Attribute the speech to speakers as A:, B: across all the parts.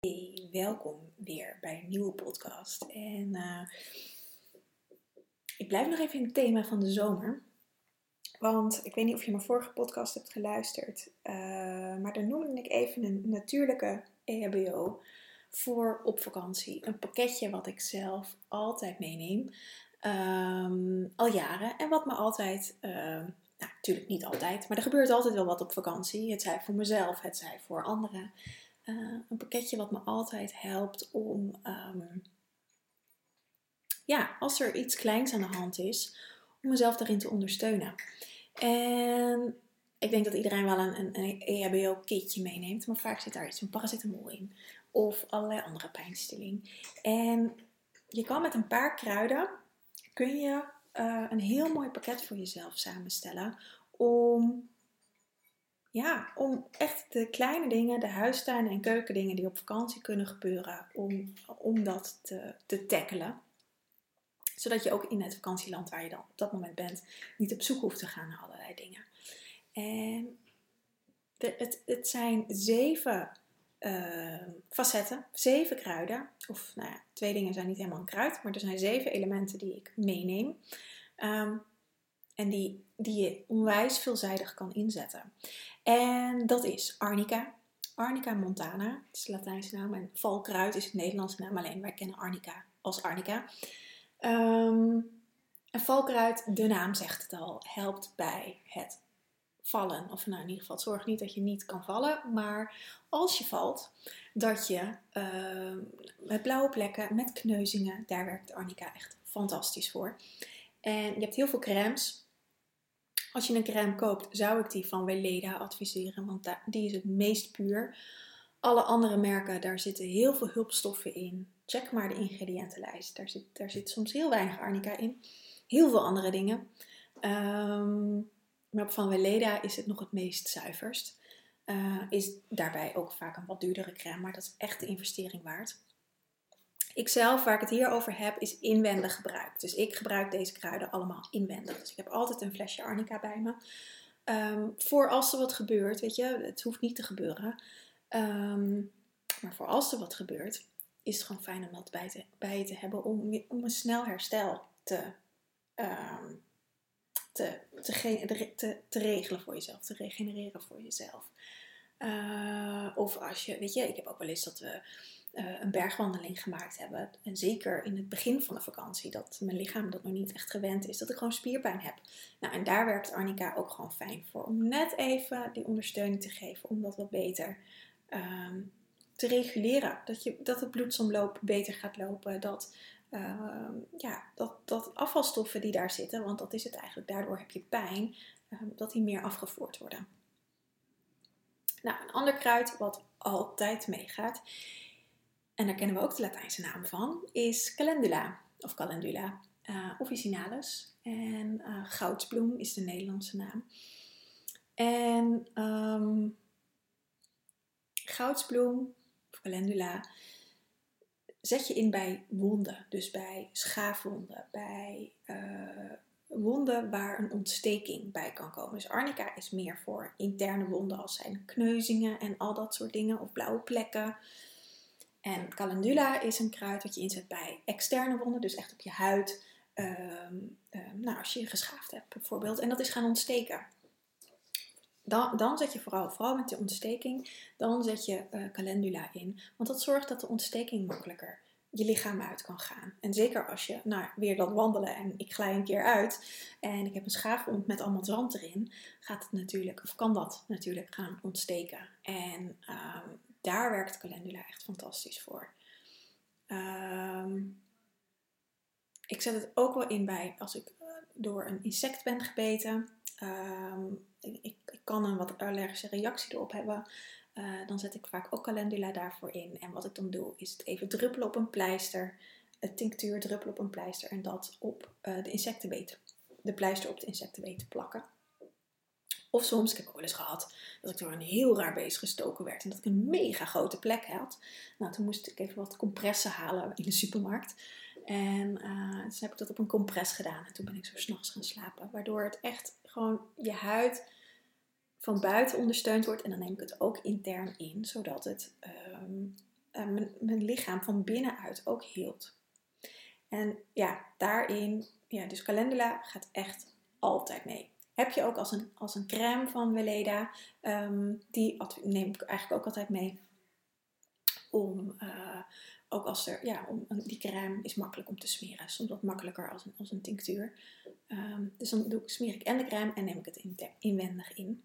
A: Hey, welkom weer bij een nieuwe podcast. En ik blijf nog even in het thema van de zomer. Want ik weet niet of je mijn vorige podcast hebt geluisterd. Maar daar noemde ik even een natuurlijke EHBO voor op vakantie. Een pakketje wat ik zelf altijd meeneem. Al jaren. En wat me altijd... natuurlijk niet altijd. Maar er gebeurt altijd wel wat op vakantie. Het zij voor mezelf, het zij voor anderen. Een pakketje wat me altijd helpt om, als er iets kleins aan de hand is, om mezelf daarin te ondersteunen. En ik denk dat iedereen wel een EHBO-kitje meeneemt, maar vaak zit daar iets van paracetamol in. Of allerlei andere pijnstilling. En je kan met een paar kruiden, kun je een heel mooi pakket voor jezelf samenstellen om echt de kleine dingen, de huistuin- en keukendingen die op vakantie kunnen gebeuren, om dat te tackelen. Zodat je ook in het vakantieland waar je dan op dat moment bent, niet op zoek hoeft te gaan naar allerlei dingen. En het zijn 7 facetten, 7 kruiden. Of 2 dingen zijn niet helemaal een kruid, maar er zijn 7 elementen die ik meeneem. En die je onwijs veelzijdig kan inzetten. En dat is arnica. Arnica montana, dat is de Latijnse naam. En valkruid is het Nederlandse naam, alleen wij kennen arnica als arnica. En valkruid, de naam zegt het al, helpt bij het vallen. Of in ieder geval, het zorgt niet dat je niet kan vallen. Maar als je valt, dat je met blauwe plekken, met kneuzingen, daar werkt arnica echt fantastisch voor. En je hebt heel veel crèmes. Als je een crème koopt, zou ik die van Weleda adviseren, want die is het meest puur. Alle andere merken, daar zitten heel veel hulpstoffen in. Check maar de ingrediëntenlijst. Daar zit soms heel weinig arnica in. Heel veel andere dingen. Maar van Weleda is het nog het meest zuiverst. Is daarbij ook vaak een wat duurdere crème, maar dat is echt de investering waard. Ikzelf, waar ik het hier over heb, is inwendig gebruik. Dus ik gebruik deze kruiden allemaal inwendig. Dus ik heb altijd een flesje arnica bij me. Voor als er wat gebeurt, weet je, het hoeft niet te gebeuren. Maar voor als er wat gebeurt, is het gewoon fijn om dat bij je te hebben om een snel herstel te regelen voor jezelf, te regenereren voor jezelf. Of als je, weet je, ik heb ook wel eens dat we een bergwandeling gemaakt hebben. En zeker in het begin van de vakantie, dat mijn lichaam dat nog niet echt gewend is, dat ik gewoon spierpijn heb. Nou, en daar werkt arnica ook gewoon fijn voor. Om net even die ondersteuning te geven, om dat wat beter te reguleren. Dat het bloedsomloop beter gaat lopen. Dat afvalstoffen die daar zitten, want dat is het eigenlijk, daardoor heb je pijn, dat die meer afgevoerd worden. Nou, een ander kruid wat altijd meegaat, en daar kennen we ook de Latijnse naam van, is calendula of calendula officinalis. En goudsbloem is de Nederlandse naam. En goudsbloem of calendula zet je in bij wonden. Dus bij schaafwonden, bij wonden waar een ontsteking bij kan komen. Dus arnica is meer voor interne wonden als zijn kneuzingen en al dat soort dingen. Of blauwe plekken. En calendula is een kruid dat je inzet bij externe wonden. Dus echt op je huid. Als je je geschaafd hebt bijvoorbeeld. En dat is gaan ontsteken. Dan zet je vooral met de ontsteking, dan zet je calendula in. Want dat zorgt dat de ontsteking makkelijker je lichaam uit kan gaan. En zeker als je weer dat wandelen en ik glij een keer uit en ik heb een schaafwond met allemaal zand erin, kan dat natuurlijk gaan ontsteken. En daar werkt calendula echt fantastisch voor. Ik zet het ook wel in bij als ik door een insect ben gebeten. Ik kan een wat allergische reactie erop hebben. Dan zet ik vaak ook calendula daarvoor in. En wat ik dan doe is het even druppelen op een pleister. Het tinctuur druppelen op een pleister. En dat op de pleister op de insectenbeet plakken. Of soms, ik heb ook wel eens gehad dat ik door een heel raar beest gestoken werd. En dat ik een mega grote plek had. Nou, toen moest ik even wat compressen halen in de supermarkt. En dus heb ik dat op een compress gedaan. En toen ben ik zo 's nachts gaan slapen. Waardoor het echt gewoon je huid van buiten ondersteund wordt. En dan neem ik het ook intern in. Zodat het mijn lichaam van binnenuit ook heelt. En ja, daarin, dus calendula gaat echt altijd mee. Heb je ook als een crème van Weleda, die neem ik eigenlijk ook altijd mee. Ook als die crème is makkelijk om te smeren. Soms wat makkelijker als een tinctuur. Dus dan smeer ik en de crème en neem ik het inwendig in.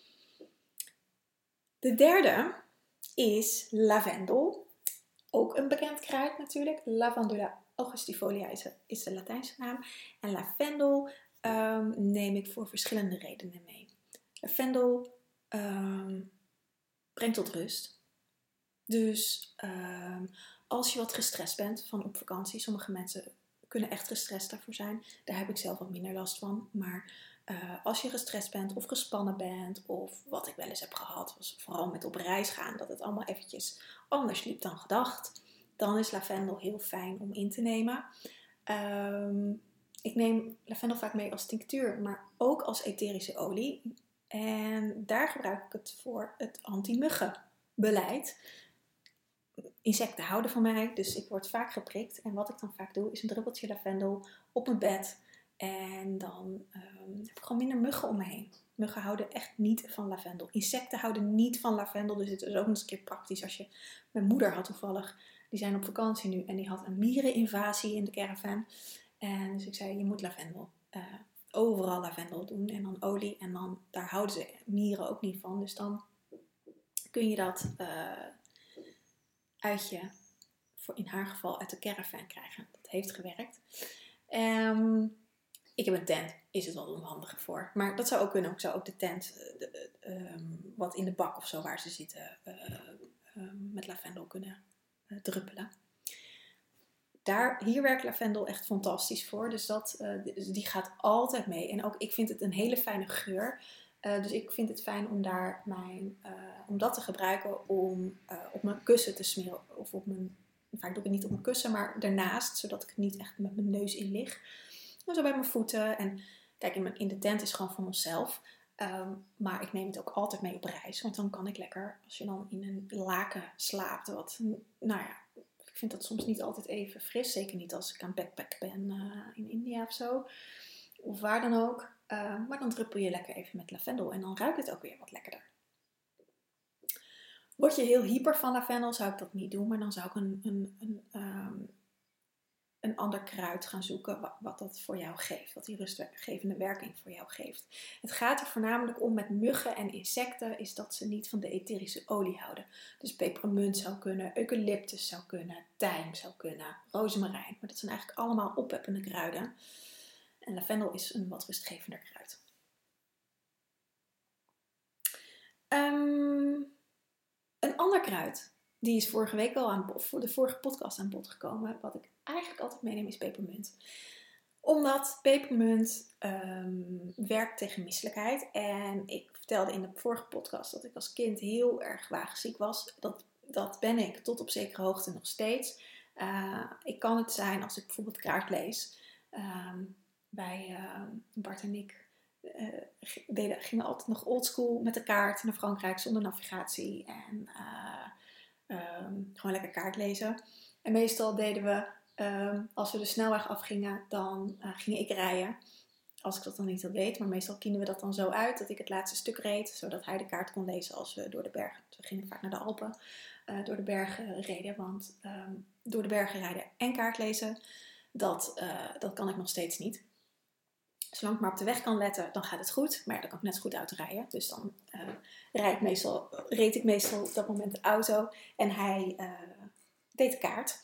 A: De derde is lavendel. Ook een bekend kruid natuurlijk. Lavandula augustifolia is de Latijnse naam. En lavendel neem ik voor verschillende redenen mee. Lavendel brengt tot rust. Dus als je wat gestrest bent van op vakantie, sommige mensen kunnen echt gestrest daarvoor zijn. Daar heb ik zelf wat minder last van. Maar als je gestrest bent of gespannen bent, of wat ik wel eens heb gehad, was vooral met op reis gaan, dat het allemaal eventjes anders liep dan gedacht. Dan is lavendel heel fijn om in te nemen. Ik neem lavendel vaak mee als tinctuur, maar ook als etherische olie. En daar gebruik ik het voor het anti-muggenbeleid. Insecten houden van mij, dus ik word vaak geprikt. En wat ik dan vaak doe, is een druppeltje lavendel op mijn bed. En dan heb ik gewoon minder muggen om me heen. Muggen houden echt niet van lavendel. Insecten houden niet van lavendel. Dus het is ook nog eens een keer praktisch als je... Mijn moeder had toevallig, die zijn op vakantie nu. En die had een miereninvasie in de caravan. En dus ik zei, je moet lavendel. Overal lavendel doen. En dan olie. En dan, daar houden ze mieren ook niet van. Dus dan kun je dat in haar geval uit de caravan krijgen. Dat heeft gewerkt. Ik heb een tent, is het wel onhandiger voor. Maar dat zou ook kunnen. Ik zou ook de tent, wat in de bak of zo waar ze zitten, met lavendel kunnen druppelen. Hier werkt lavendel echt fantastisch voor. Dus die gaat altijd mee. En ook ik vind het een hele fijne geur. Dus ik vind het fijn om om dat te gebruiken om op mijn kussen te smeren. Of vaak doe ik het niet op mijn kussen, maar daarnaast. Zodat ik niet echt met mijn neus in lig. En zo bij mijn voeten. En kijk, in de tent is gewoon van onszelf. Maar ik neem het ook altijd mee op reis. Want dan kan ik lekker, als je dan in een laken slaapt. Ik vind dat soms niet altijd even fris. Zeker niet als ik aan backpack ben in India of zo. Of waar dan ook. Maar dan druppel je lekker even met lavendel. En dan ruikt het ook weer wat lekkerder. Word je heel hyper van lavendel, zou ik dat niet doen. Maar dan zou ik een ander kruid gaan zoeken wat dat voor jou geeft. Wat die rustgevende werking voor jou geeft. Het gaat er voornamelijk om met muggen en insecten. Is dat ze niet van de etherische olie houden. Dus pepermunt zou kunnen. Eucalyptus zou kunnen. Tijm zou kunnen. Rozemarijn. Maar dat zijn eigenlijk allemaal oppeppende kruiden. En lavendel is een wat rustgevender kruid. Een ander kruid. Die is vorige week al voor de vorige podcast aan bod gekomen. Wat ik eigenlijk altijd meeneem is pepermunt. Omdat pepermunt werkt tegen misselijkheid. En ik vertelde in de vorige podcast dat ik als kind heel erg wagenziek was. Dat ben ik tot op zekere hoogte nog steeds. Ik kan het zijn als ik bijvoorbeeld kaart lees. Bij Bart en ik gingen altijd nog oldschool met de kaart naar Frankrijk zonder navigatie. En gewoon lekker kaart lezen. En meestal deden we, als we de snelweg afgingen, dan ging ik rijden. Als ik dat dan niet had weet. Maar meestal kienden we dat dan zo uit dat ik het laatste stuk reed. Zodat hij de kaart kon lezen als we door de bergen. We gingen vaak naar de Alpen. Door de bergen reden. Want door de bergen rijden en kaart lezen, dat kan ik nog steeds niet. Zolang ik maar op de weg kan letten, dan gaat het goed. Maar ja, dan kan ik net zo goed uitrijden. Dus dan reed ik meestal op dat moment de auto. En hij deed de kaart.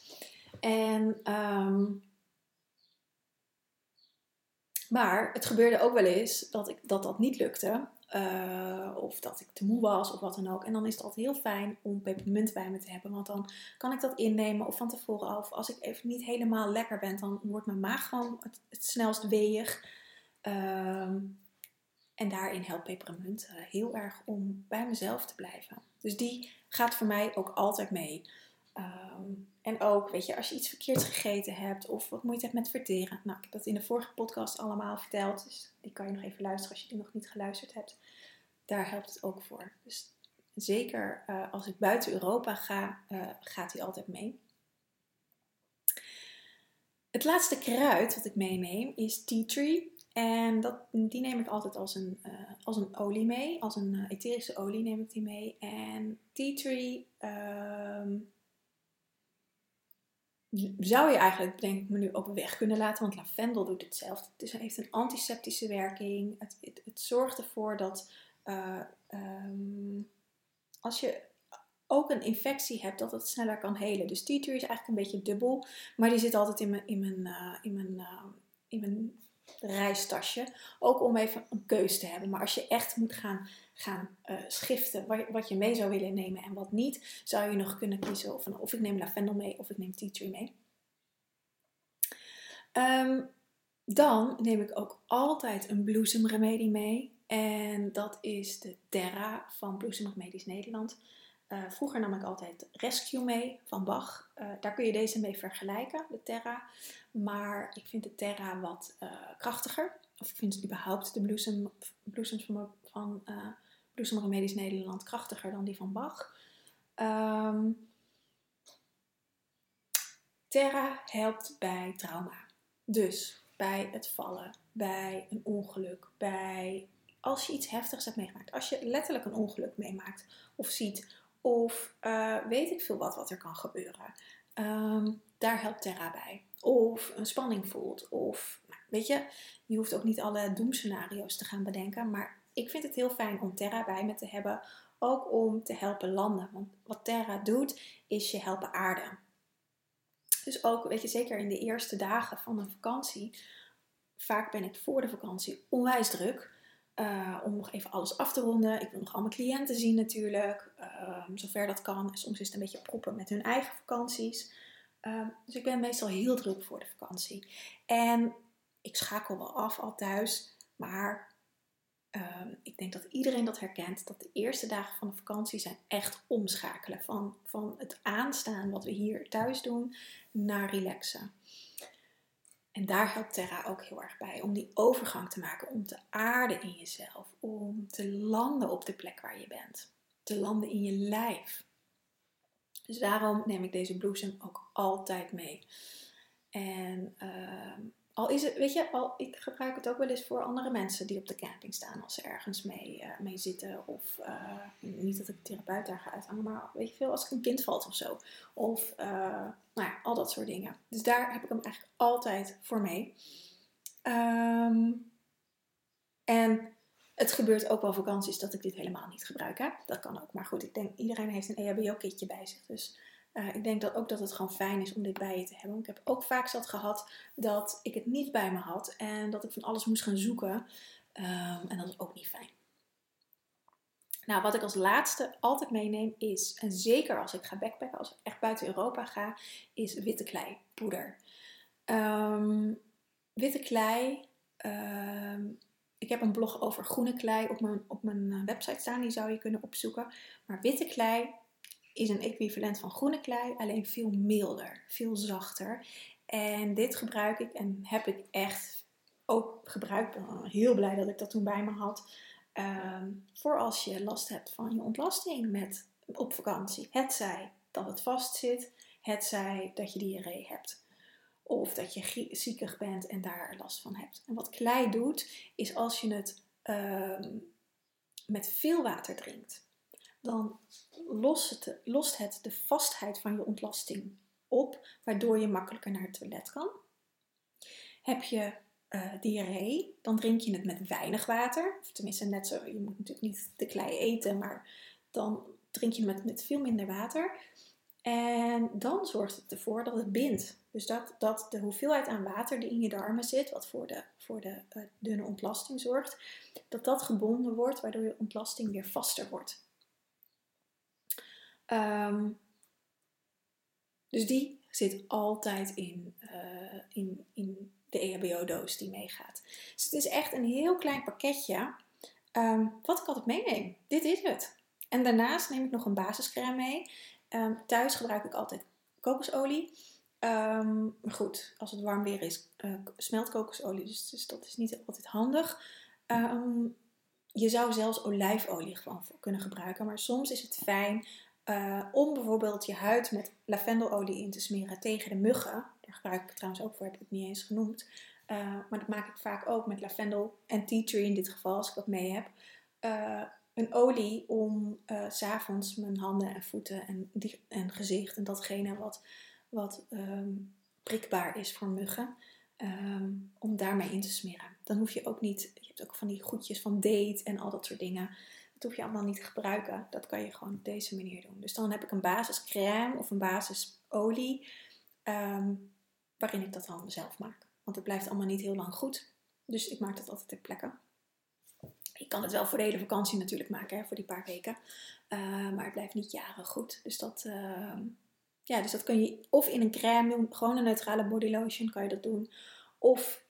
A: Maar het gebeurde ook wel eens dat niet lukte. Of dat ik te moe was of wat dan ook. En dan is het altijd heel fijn om pepermunt bij me te hebben. Want dan kan ik dat innemen of van tevoren al. Of als ik even niet helemaal lekker ben, dan wordt mijn maag gewoon het snelst weeig. En daarin helpt pepermunt heel erg om bij mezelf te blijven. Dus die gaat voor mij ook altijd mee. En ook, weet je, als je iets verkeerds gegeten hebt of wat moeite hebt met verteren. Nou, ik heb dat in de vorige podcast allemaal verteld. Dus die kan je nog even luisteren als je die nog niet geluisterd hebt. Daar helpt het ook voor. Dus zeker als ik buiten Europa ga, gaat die altijd mee. Het laatste kruid wat ik meeneem is tea tree. En die neem ik altijd als een olie mee. Als een etherische olie neem ik die mee. En tea tree zou je eigenlijk, denk ik, me nu ook weg kunnen laten. Want lavendel doet hetzelfde. Het heeft een antiseptische werking. Het zorgt ervoor dat als je ook een infectie hebt, dat het sneller kan helen. Dus tea tree is eigenlijk een beetje dubbel. Maar die zit altijd in mijn reistasje. Ook om even een keus te hebben. Maar als je echt moet gaan schiften wat je mee zou willen nemen en wat niet, zou je nog kunnen kiezen of ik neem lavendel mee of ik neem tea tree mee. Dan neem ik ook altijd een bloesemremedie mee. En dat is de Terra van Bloesemremedies Nederland. Vroeger nam ik altijd Rescue mee van Bach. Daar kun je deze mee vergelijken, de Terra. Maar ik vind de Terra wat krachtiger. Of ik vind überhaupt de bloesems van Bloesemremedies Nederland krachtiger dan die van Bach. Terra helpt bij trauma. Dus bij het vallen, bij een ongeluk, als je iets heftigs hebt meegemaakt. Als je letterlijk een ongeluk meemaakt of ziet, of weet ik veel wat er kan gebeuren. Daar helpt Terra bij. Of een spanning voelt. Of, weet je hoeft ook niet alle doemscenario's te gaan bedenken. Maar ik vind het heel fijn om Terra bij me te hebben. Ook om te helpen landen. Want wat Terra doet, is je helpen aarden. Dus ook, weet je, zeker in de eerste dagen van een vakantie. Vaak ben ik voor de vakantie onwijs druk. Om nog even alles af te ronden. Ik wil nog al mijn cliënten zien natuurlijk. Zover dat kan. Soms is het een beetje proppen met hun eigen vakanties. Dus ik ben meestal heel druk voor de vakantie. En ik schakel wel af al thuis. Maar ik denk dat iedereen dat herkent. Dat de eerste dagen van de vakantie zijn echt omschakelen. Van het aanstaan wat we hier thuis doen naar relaxen. En daar helpt Terra ook heel erg bij. Om die overgang te maken. Om te aarden in jezelf. Om te landen op de plek waar je bent. Te landen in je lijf. Dus daarom neem ik deze bloesem ook altijd mee. En al is het, weet je, ik gebruik het ook wel eens voor andere mensen die op de camping staan. Als ze ergens mee zitten. Of niet dat ik de therapeut daar ga uithangen. Maar weet je veel, als een kind valt of zo. Of al dat soort dingen. Dus daar heb ik hem eigenlijk altijd voor mee. En het gebeurt ook wel vakanties dat ik dit helemaal niet gebruik. Hè? Dat kan ook. Maar goed, ik denk iedereen heeft een EHBO-kitje bij zich. Dus ik denk dat het gewoon fijn is om dit bij je te hebben. Ik heb ook vaak zat gehad dat ik het niet bij me had. En dat ik van alles moest gaan zoeken. En dat is ook niet fijn. Nou, wat ik als laatste altijd meeneem is, en zeker als ik ga backpacken, als ik echt buiten Europa ga, is witte kleipoeder. Witte klei. Ik heb een blog over groene klei op mijn website staan. Die zou je kunnen opzoeken. Maar witte klei is een equivalent van groene klei. Alleen veel milder. Veel zachter. En dit gebruik ik en heb ik echt ook gebruikt. Ik ben heel blij dat ik dat toen bij me had. Voor als je last hebt van je ontlasting op vakantie. Hetzij dat het vastzit. Hetzij dat je diarree hebt. Of dat je ziekig bent en daar last van hebt. En wat klei doet, is als je het met veel water drinkt. Dan lost het de vastheid van je ontlasting op. Waardoor je makkelijker naar het toilet kan. Heb je diarree, dan drink je het met weinig water. Of tenminste net zo, je moet natuurlijk niet de klei eten. Maar dan drink je het met veel minder water. En dan zorgt het ervoor dat het bindt. Dus dat de hoeveelheid aan water die in je darmen zit, wat voor de dunne ontlasting zorgt, dat gebonden wordt, waardoor je ontlasting weer vaster wordt. Dus die zit altijd in de EHBO-doos die meegaat. Dus het is echt een heel klein pakketje wat ik altijd meeneem. Dit is het. En daarnaast neem ik nog een basiscrème mee. Thuis gebruik ik altijd kokosolie. Maar goed, als het warm weer is, smelt kokosolie. Dus dat is niet altijd handig. Je zou zelfs olijfolie gewoon voor kunnen gebruiken. Maar soms is het fijn om bijvoorbeeld je huid met lavendelolie in te smeren tegen de muggen. Daar gebruik ik het trouwens ook voor, heb ik het niet eens genoemd. Maar dat maak ik vaak ook met lavendel en tea tree in dit geval, als ik dat mee heb. Een olie om 's avonds mijn handen en voeten en gezicht en datgene wat prikbaar is voor muggen, om daarmee in te smeren. Dan hoef je ook niet, je hebt ook van die goedjes van date en al dat soort dingen. Dat hoef je allemaal niet te gebruiken. Dat kan je gewoon op deze manier doen. Dus dan heb ik een basiscrème of een basisolie waarin ik dat dan zelf maak. Want het blijft allemaal niet heel lang goed. Dus ik maak dat altijd ter plekke. Je kan het wel voor de hele vakantie natuurlijk maken, hè, voor die paar weken. Maar het blijft niet jaren goed. Dus dat kun je of in een crème doen. Gewoon een neutrale body lotion kan je dat doen. Of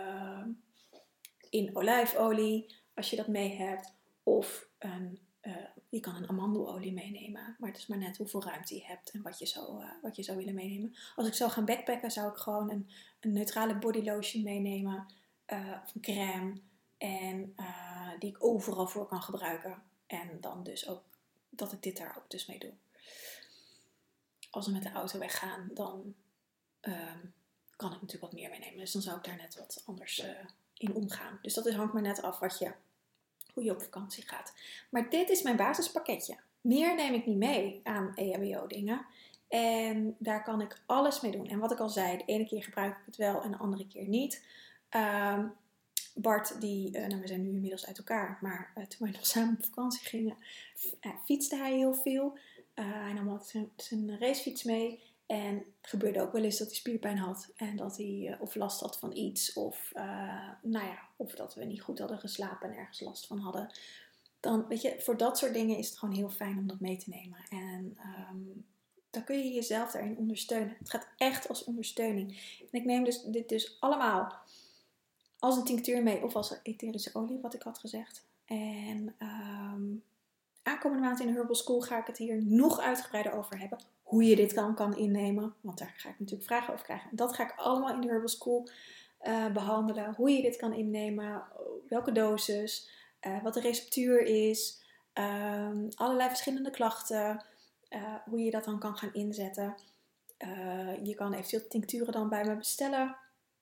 A: in olijfolie, als je dat mee hebt. Of je kan een amandelolie meenemen. Maar het is maar net hoeveel ruimte je hebt en wat je zou willen meenemen. Als ik zou gaan backpacken, zou ik gewoon een neutrale body lotion meenemen. Of een crème. En die ik overal voor kan gebruiken. En dan dus ook dat ik dit daar ook dus mee doe. Als we met de auto weggaan, dan kan ik natuurlijk wat meer meenemen. Dus dan zou ik daar net wat anders in omgaan. Dus dat hangt maar net af hoe je op vakantie gaat. Maar dit is mijn basispakketje. Meer neem ik niet mee aan EHBO dingen. En daar kan ik alles mee doen. En wat ik al zei, de ene keer gebruik ik het wel en de andere keer niet. Bart, we zijn nu inmiddels uit elkaar. Maar toen wij nog samen op vakantie gingen, fietste hij heel veel. Hij nam altijd zijn racefiets mee. En het gebeurde ook wel eens dat hij spierpijn had. En dat hij of last had van iets. Of dat we niet goed hadden geslapen en ergens last van hadden. Dan, weet je, voor dat soort dingen is het gewoon heel fijn om dat mee te nemen. En dan kun je jezelf daarin ondersteunen. Het gaat echt als ondersteuning. En ik neem dit dus allemaal als een tinctuur mee of als etherische olie, wat ik had gezegd. En aankomende maand in de Herbal School ga ik het hier nog uitgebreider over hebben. Hoe je dit dan kan innemen. Want daar ga ik natuurlijk vragen over krijgen. Dat ga ik allemaal in de Herbal School behandelen. Hoe je dit kan innemen. Welke dosis. Wat de receptuur is. Allerlei verschillende klachten. Hoe je dat dan kan gaan inzetten. Je kan eventueel tincturen dan bij me bestellen.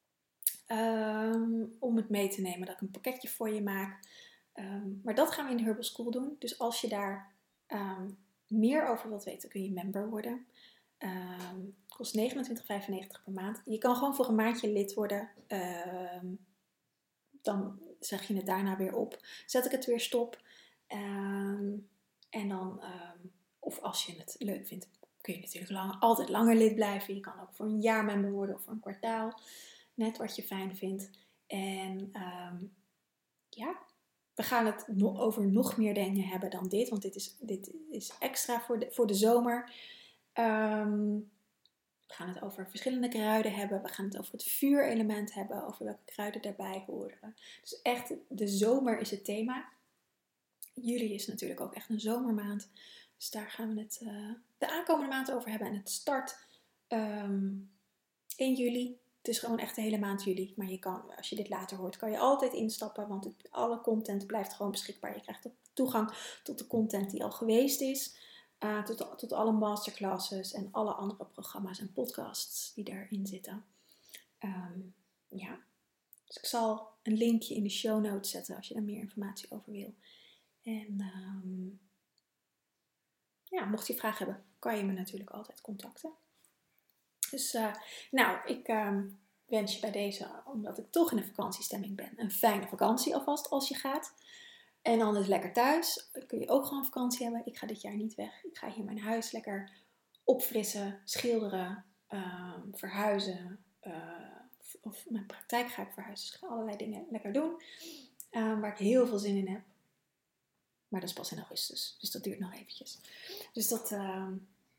A: Om het mee te nemen. Dat ik een pakketje voor je maak. Maar dat gaan we in de Herbal School doen. Dus als je daar meer over wilt weten, kun je member worden. Het kost €29,95 per maand. Je kan gewoon voor een maandje lid worden. Dan zeg je het daarna weer op. Zet ik het weer stop. En dan, of als je het leuk vindt, kun je natuurlijk altijd langer lid blijven. Je kan ook voor een jaar member worden of voor een kwartaal. Net wat je fijn vindt. En we gaan het over nog meer dingen hebben dan dit. Want dit is extra voor de zomer. We gaan het over verschillende kruiden hebben. We gaan het over het vuurelement hebben. Over welke kruiden daarbij horen. Dus echt, de zomer is het thema. Juli is natuurlijk ook echt een zomermaand. Dus daar gaan we het de aankomende maand over hebben. En het start in juli. Het is gewoon echt de hele maand juli. Maar je kan, als je dit later hoort, kan je altijd instappen. Want alle content blijft gewoon beschikbaar. Je krijgt toegang tot de content die al geweest is. Tot alle masterclasses en alle andere programma's en podcasts die daarin zitten. Dus ik zal een linkje in de show notes zetten als je daar meer informatie over wil. En mocht je vragen hebben, kan je me natuurlijk altijd contacten. Dus ik wens je bij deze, omdat ik toch in een vakantiestemming ben, een fijne vakantie alvast als je gaat. En anders lekker thuis. Dan kun je ook gewoon vakantie hebben. Ik ga dit jaar niet weg. Ik ga hier mijn huis lekker opfrissen, schilderen, verhuizen. Of mijn praktijk ga ik verhuizen. Dus ik ga allerlei dingen lekker doen. Waar ik heel veel zin in heb. Maar dat is pas in augustus. Dus dat duurt nog eventjes. Dus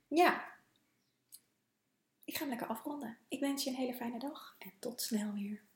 A: ik ga hem lekker afronden. Ik wens je een hele fijne dag. En tot snel weer.